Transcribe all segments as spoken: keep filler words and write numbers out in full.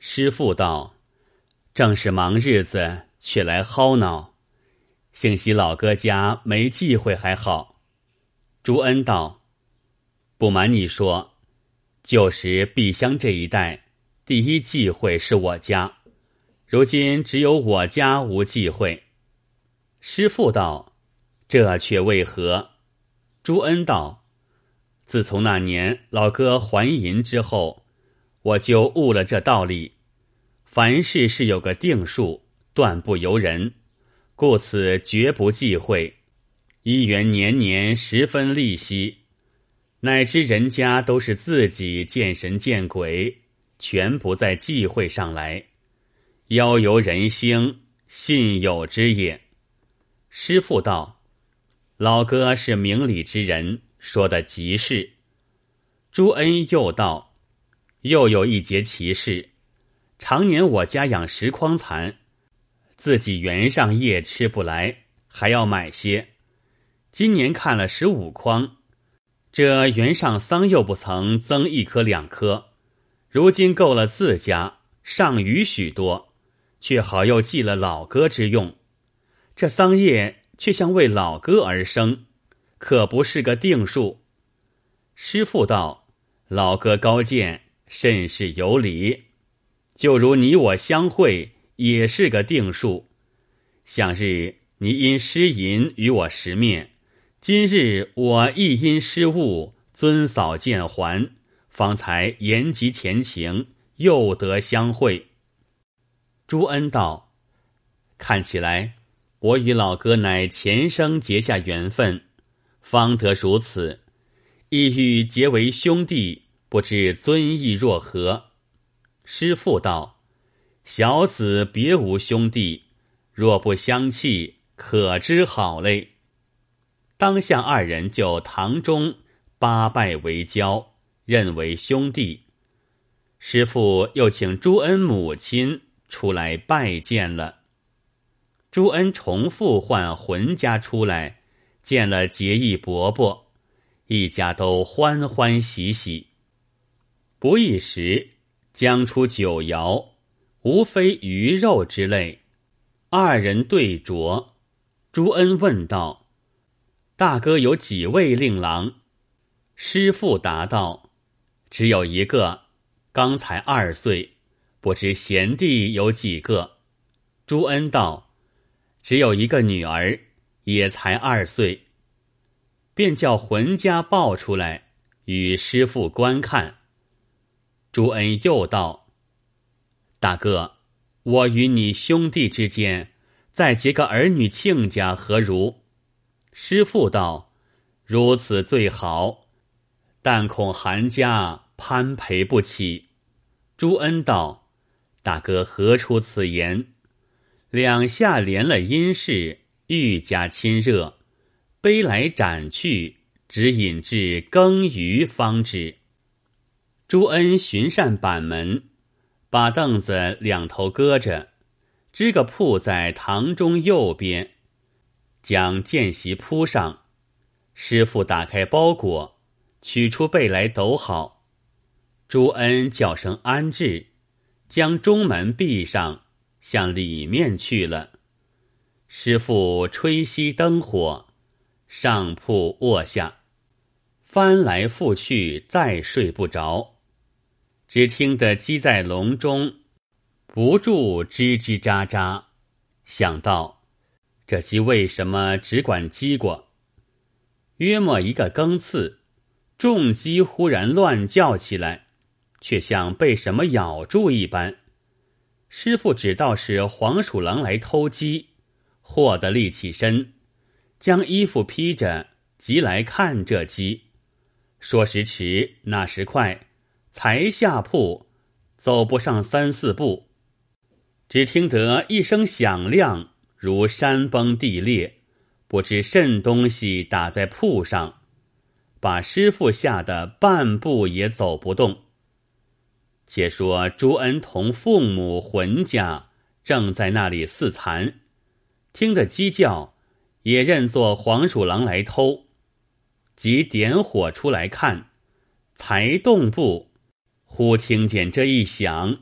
师父道：正是忙日子，却来薅恼。幸喜老哥家没忌讳还好。朱恩道：不瞒你说，旧时碧乡这一带，第一忌讳是我家，如今只有我家无忌讳。师父道：这却为何？朱恩道：自从那年老哥还银之后，我就悟了这道理，凡事是有个定数，断不由人，故此绝不忌讳。一元年年十分利息，乃知人家都是自己见神见鬼，全不在忌讳上来，邀由人心，信有之也。师父道：老哥是明理之人，说的极是。朱恩又道：又有一节奇事，常年我家养石筐蚕，自己园上叶吃不来，还要买些。今年看了十五筐，这园上桑又不曾增一颗两颗，如今够了自家，尚余许多，却好又记了老哥之用。这桑叶却像为老哥而生，可不是个定数。师父道：老哥高见，甚是有理。就如你我相会，也是个定数。向日你因失银与我识面，今日我亦因失物尊嫂见还，方才言及前情，又得相会。朱恩道：看起来我与老哥乃前生结下缘分，方得如此，意欲结为兄弟，不知尊意若何？师父道：小子别无兄弟，若不相弃，可知好嘞。当下二人就堂中八拜为交，认为兄弟。师父又请朱恩母亲出来拜见了。朱恩重复唤浑家出来，见了结义伯伯，一家都欢欢喜喜。不一时，将出酒肴，无非鱼肉之类。二人对酌，朱恩问道：大哥有几位令郎？师父答道：只有一个，刚才二岁，不知贤弟有几个？朱恩道：只有一个女儿，也才二岁。便叫浑家抱出来，与师父观看。朱恩又道：大哥，我与你兄弟之间，再结个儿女亲家何如？师父道：如此最好，但恐韩家攀陪不起。朱恩道：大哥何出此言？两下连了阴事，愈加亲热，杯来盏去，只饮至更余方止。朱恩巡扇板门，把凳子两头搁着，支个铺在堂中右边，将间席铺上。师父打开包裹，取出被来抖好。朱恩叫声安置，将中门闭上，向里面去了。师父吹熄灯火，上铺卧下，翻来覆去，再睡不着。只听得鸡在笼中不住吱吱喳喳，想到这鸡为什么只管鸡过？约莫一个更次，众鸡忽然乱叫起来，却像被什么咬住一般。师父只道是黄鼠狼来偷鸡，霍得立起身，将衣服披着，急来看这鸡。说时迟，那时快，才下铺，走不上三四步，只听得一声响亮，如山崩地裂，不知甚东西打在铺上，把师父吓得半步也走不动。且说朱恩同父母浑家正在那里饲蚕，听得鸡叫，也认作黄鼠狼来偷，即点火出来看，才动步，忽听见这一响，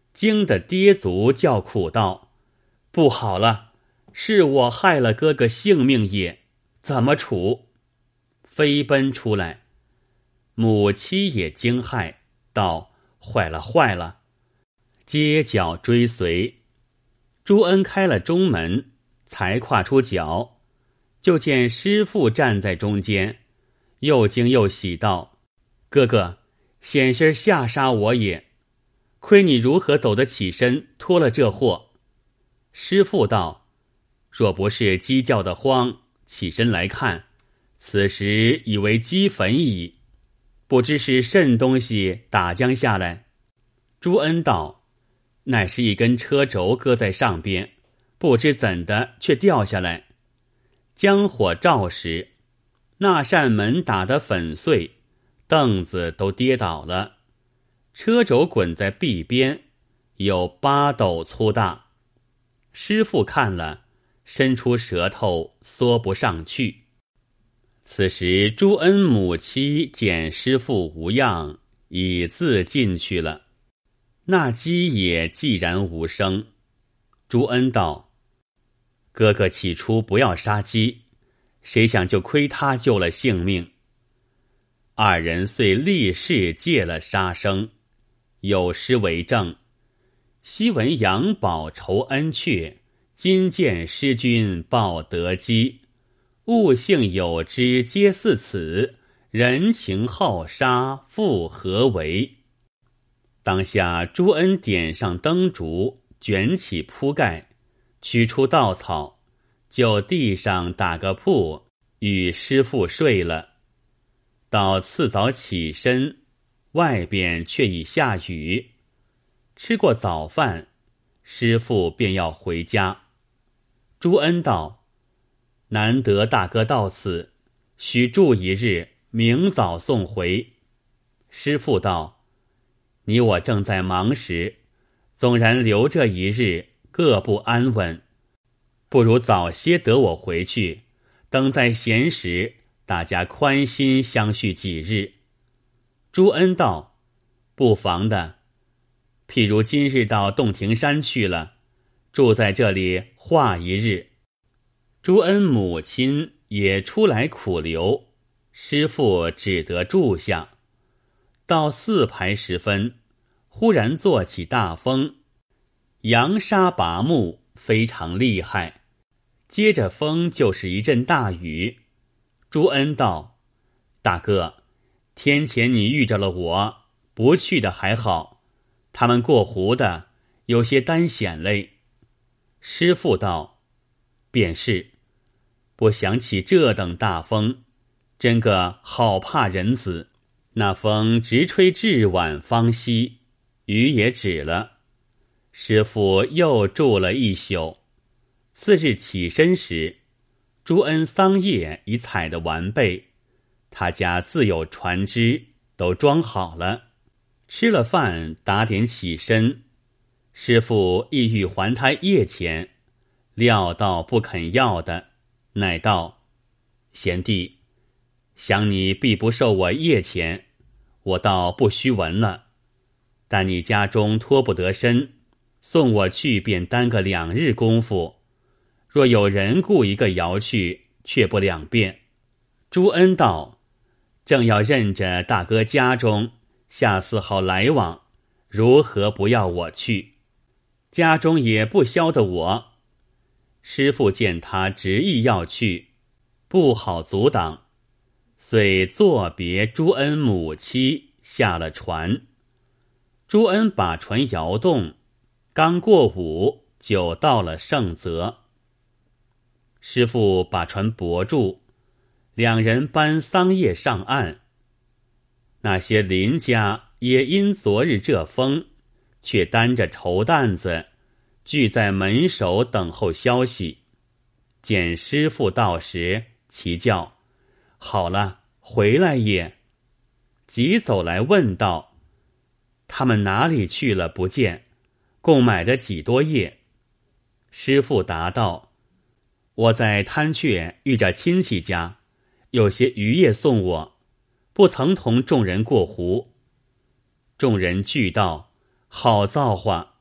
惊得跌足，叫苦道：“不好了，是我害了哥哥性命也，怎么处？”飞奔出来，母妻也惊骇道：“坏了坏了！”街脚追随。朱恩开了中门，才跨出脚，就见师父站在中间，又惊又喜道：“哥哥，险些吓杀我也，亏你如何走得起身，脱了这祸。”师父道：“若不是鸡叫得慌，起身来看，此时以为鸡坟矣，不知是甚东西打将下来。”朱恩道：“乃是一根车轴搁在上边，不知怎的却掉下来。将火照时，那扇门打得粉碎，凳子都跌倒了，车轴滚在壁边，有八斗粗大。师父看了，伸出舌头缩不上去。”此时朱恩母妻见师父无恙，已自进去了。那鸡也寂然无声。朱恩道：“哥哥起初不要杀鸡，谁想就亏他救了性命。”二人遂立誓戒了杀生，有诗为证：“昔闻杨宝仇恩阙，今见师君报德基。物性有之皆似此，人情好杀复何为？”当下朱恩点上灯烛，卷起铺盖，取出稻草，就地上打个铺，与师父睡了。到次早起身，外边却已下雨。吃过早饭，师父便要回家。朱恩道：“难得大哥到此，须住一日，明早送回。”师父道：“你我正在忙时，纵然留这一日，各不安稳，不如早些得我回去，等在闲时，大家宽心相续几日。”朱恩道：“不妨的，譬如今日到洞庭山去了，住在这里化一日。”朱恩母亲也出来苦留，师父只得住下。到四排时分，忽然作起大风，扬沙拔木，非常厉害。接着风就是一阵大雨。朱恩道：“大哥，天前你遇着了我，不去的还好，他们过湖的有些担险嘞。”师父道：“便是，不想起这等大风，真个好怕人子。”那风直吹至晚方息，雨也止了。师父又住了一宿。次日起身时，朱恩桑叶已采得完备，他家自有船只，都装好了。吃了饭，打点起身，师父意欲还他夜钱，料到不肯要的，乃道：“贤弟，想你必不受我夜钱，我倒不须闻了。但你家中脱不得身，送我去便耽个两日功夫。若有人雇一个摇去，却不两便。”朱恩道：“正要认着大哥家中，下巳好来往，如何不要我去？家中也不消得我。”师父见他执意要去，不好阻挡，遂作别朱恩母妻，下了船。朱恩把船摇动，刚过午，就到了盛泽。师父把船泊住，两人搬桑叶上岸。那些邻家也因昨日这风，却担着绸担子，聚在门首等候消息。见师父到时，齐叫：“好了，回来也。”急走来问道：“他们哪里去了不见？共买的几多叶？”师父答道：“我在滩阙遇着亲戚家，有些渔叶送我，不曾同众人过湖。”众人俱道：“好造化！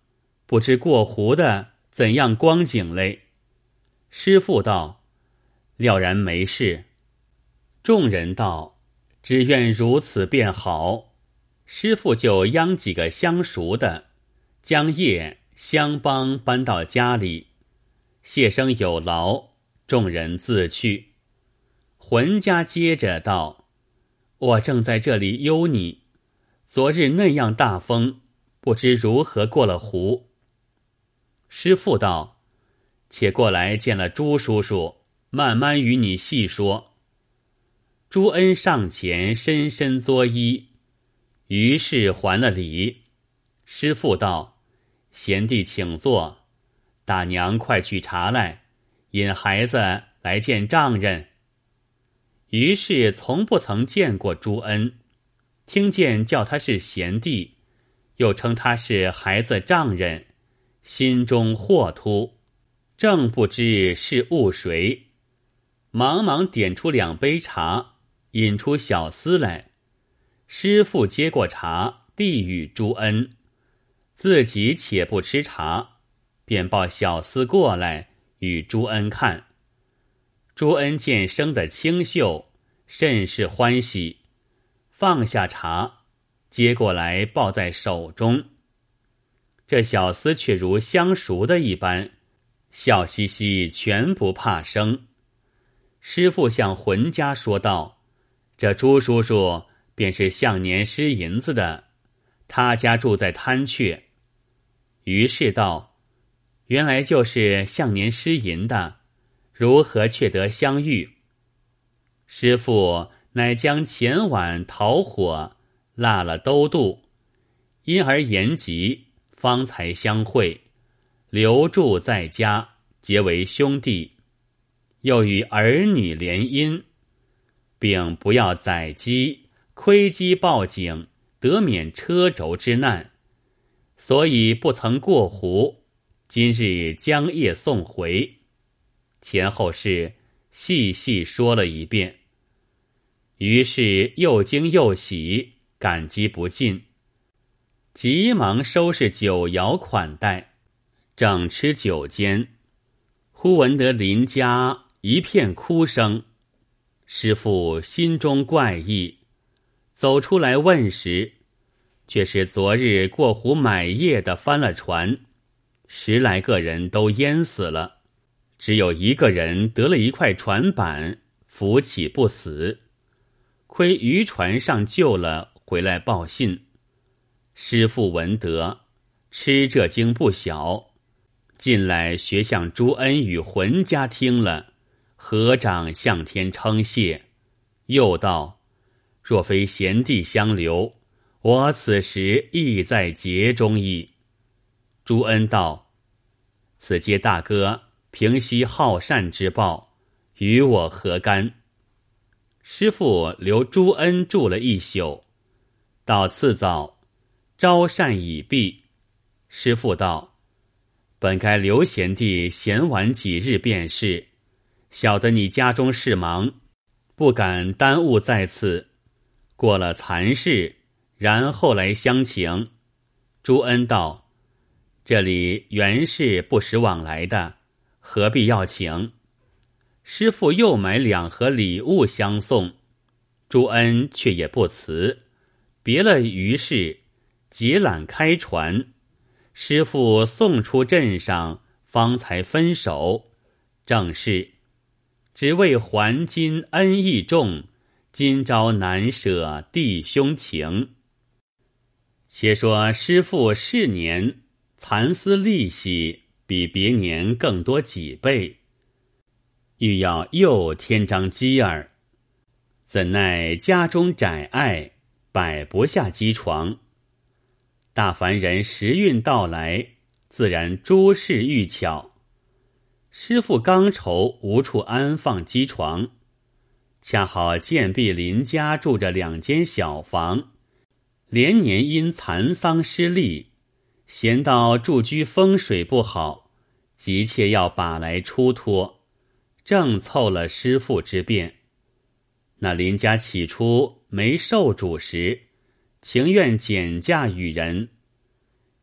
不知过湖的怎样光景嘞？师父道：料然没事。众人道：只愿如此便好。师父就央几个相熟的，将叶相帮搬到家里。谢生有劳，众人自去。浑家接着道：我正在这里忧你，昨日那样大风，不知如何过了湖。师父道：且过来见了朱叔叔，慢慢与你细说。朱恩上前深深作揖，于是还了礼。师父道：贤弟请坐，大娘快取茶来，引孩子来见丈人。于是从不曾见过朱恩，听见叫他是贤弟，又称他是孩子丈人，心中惑突，正不知是误谁，忙忙点出两杯茶，引出小厮来。师父接过茶递与朱恩，自己且不吃茶，便抱小厮过来与朱恩看。朱恩见生得清秀，甚是欢喜，放下茶，接过来抱在手中。这小厮却如相熟的一般，笑嘻嘻，全不怕生。师父向浑家说道：这朱叔叔便是向年失银子的，他家住在滩阙。于是道：原来就是向年失银的，如何却得相遇？师父乃将前晚桃火蜡了兜渡，因而言及，方才相会，留住在家，结为兄弟。又与儿女联姻，并不要宰鸡窥鸡报警，得免车轴之难，所以不曾过湖，今日将夜送回。前后事细细说了一遍。于是又惊又喜，感激不尽，急忙收拾酒肴款待。正吃酒间，忽闻得邻家一片哭声。师父心中怪异，走出来问时，却是昨日过湖买叶的翻了船，十来个人都淹死了，只有一个人得了一块船板，浮起不死。亏渔船上救了，回来报信。师父闻得，吃这惊不小，近来学向朱恩与浑家听了，合掌向天称谢，又道：若非贤弟相留，我此时亦在劫中矣。朱恩道：此皆大哥平息好善之报，与我何干？师父留朱恩住了一宿，到次早招膳已毕。师父道：本该留贤弟闲玩几日便是，晓得你家中事忙，不敢耽误在此，过了残事，然后来相请。朱恩道：这里原是不时往来的，何必要请？师父又买两盒礼物相送，朱恩却也不辞，别了于是，结缆开船。师父送出镇上，方才分手。正是只为还今恩义重，今朝难舍弟兄情。且说师父是年蚕丝利息比别年更多几倍，欲要又添张机儿，怎奈家中窄隘，摆不下机床。大凡人时运到来，自然诸事愈巧。师父刚愁无处安放机床，恰好建壁邻家住着两间小房，连年因蚕桑失利，闲到住居风水不好，急切要把来出脱，正凑了师父之便。那邻家起初没受主时，情愿减价与人，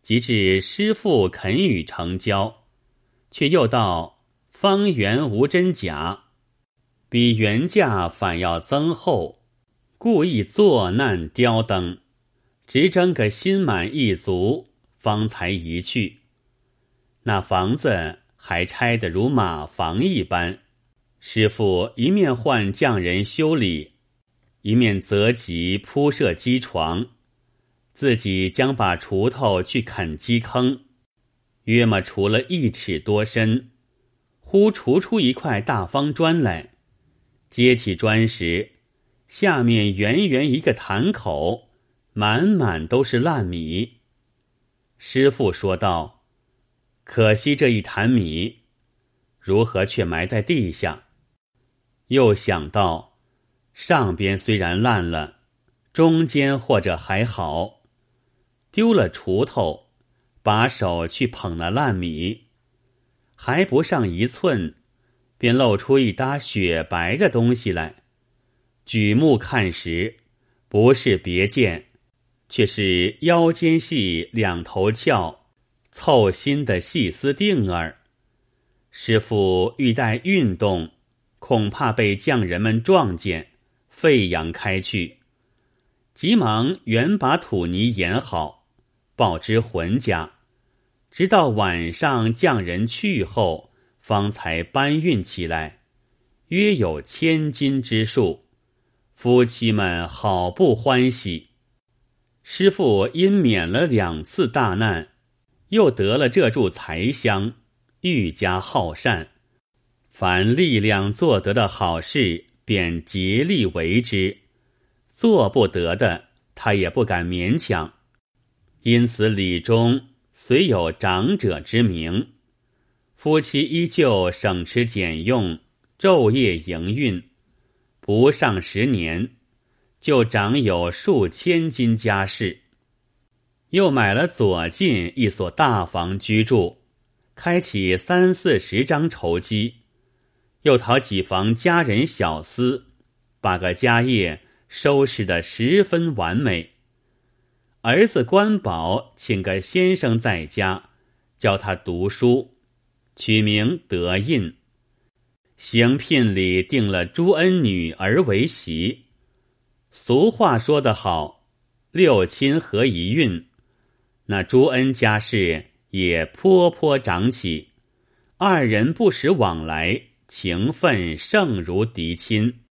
及至师父肯与成交，却又道方圆无真假，比原价反要增厚，故意作难刁登，直争个心满意足，方才移去。那房子还拆得如马房一般，师父一面唤匠人修理，一面择吉铺设机床，自己将把锄头去啃鸡坑，约么锄了一尺多深，忽锄出一块大方砖来，接起砖时，下面圆圆一个坛口，满满都是烂米。师父说道：可惜这一坛米，如何却埋在地下？又想到上边虽然烂了，中间或者还好，丢了锄头，把手去捧那烂米，还不上一寸，便露出一搭雪白的东西来。举目看时，不是别件，却是腰间系两头鞘凑心的细丝锭儿。师父欲待运动，恐怕被匠人们撞见，沸扬开去，急忙原把土泥掩好，报之浑家，直到晚上匠人去后，方才搬运起来，约有千斤之数。夫妻们好不欢喜。师父因免了两次大难，又得了这柱财香，愈加好善，凡力量做得的好事，便竭力为之，做不得的，他也不敢勉强。因此礼中虽有长者之名，夫妻依旧省吃俭用，昼夜营运，不上十年，就长有数千斤家室。又买了左近一所大房居住，开启三四十张绸机，又讨几房家人小厮，把个家业收拾得十分完美。儿子关宝请个先生在家，教他读书，取名德印。行聘里定了朱恩女儿为媳。俗话说得好，六亲合一运，那朱恩家世也颇颇长起，二人不时往来，情分胜如嫡亲。